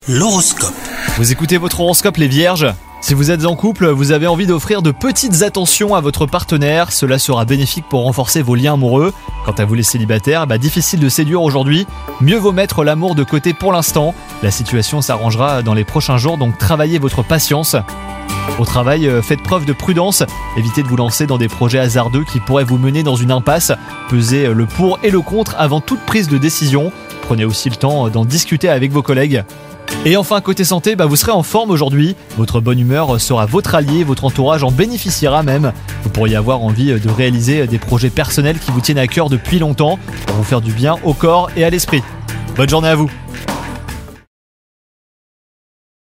L'horoscope. Vous écoutez votre horoscope les vierges ? Si vous êtes en couple, vous avez envie d'offrir de petites attentions à votre partenaire, cela sera bénéfique pour renforcer vos liens amoureux. Quant à vous les célibataires, difficile de séduire aujourd'hui, mieux vaut mettre l'amour de côté pour l'instant. La situation s'arrangera dans les prochains jours, donc travaillez votre patience. Au travail, faites preuve de prudence, évitez de vous lancer dans des projets hasardeux qui pourraient vous mener dans une impasse. Pesez le pour et le contre avant toute prise de décision. Prenez aussi le temps d'en discuter avec vos collègues. Et enfin, côté santé, vous serez en forme aujourd'hui. Votre bonne humeur sera votre allié, votre entourage en bénéficiera même. Vous pourriez avoir envie de réaliser des projets personnels qui vous tiennent à cœur depuis longtemps pour vous faire du bien au corps et à l'esprit. Bonne journée à vous!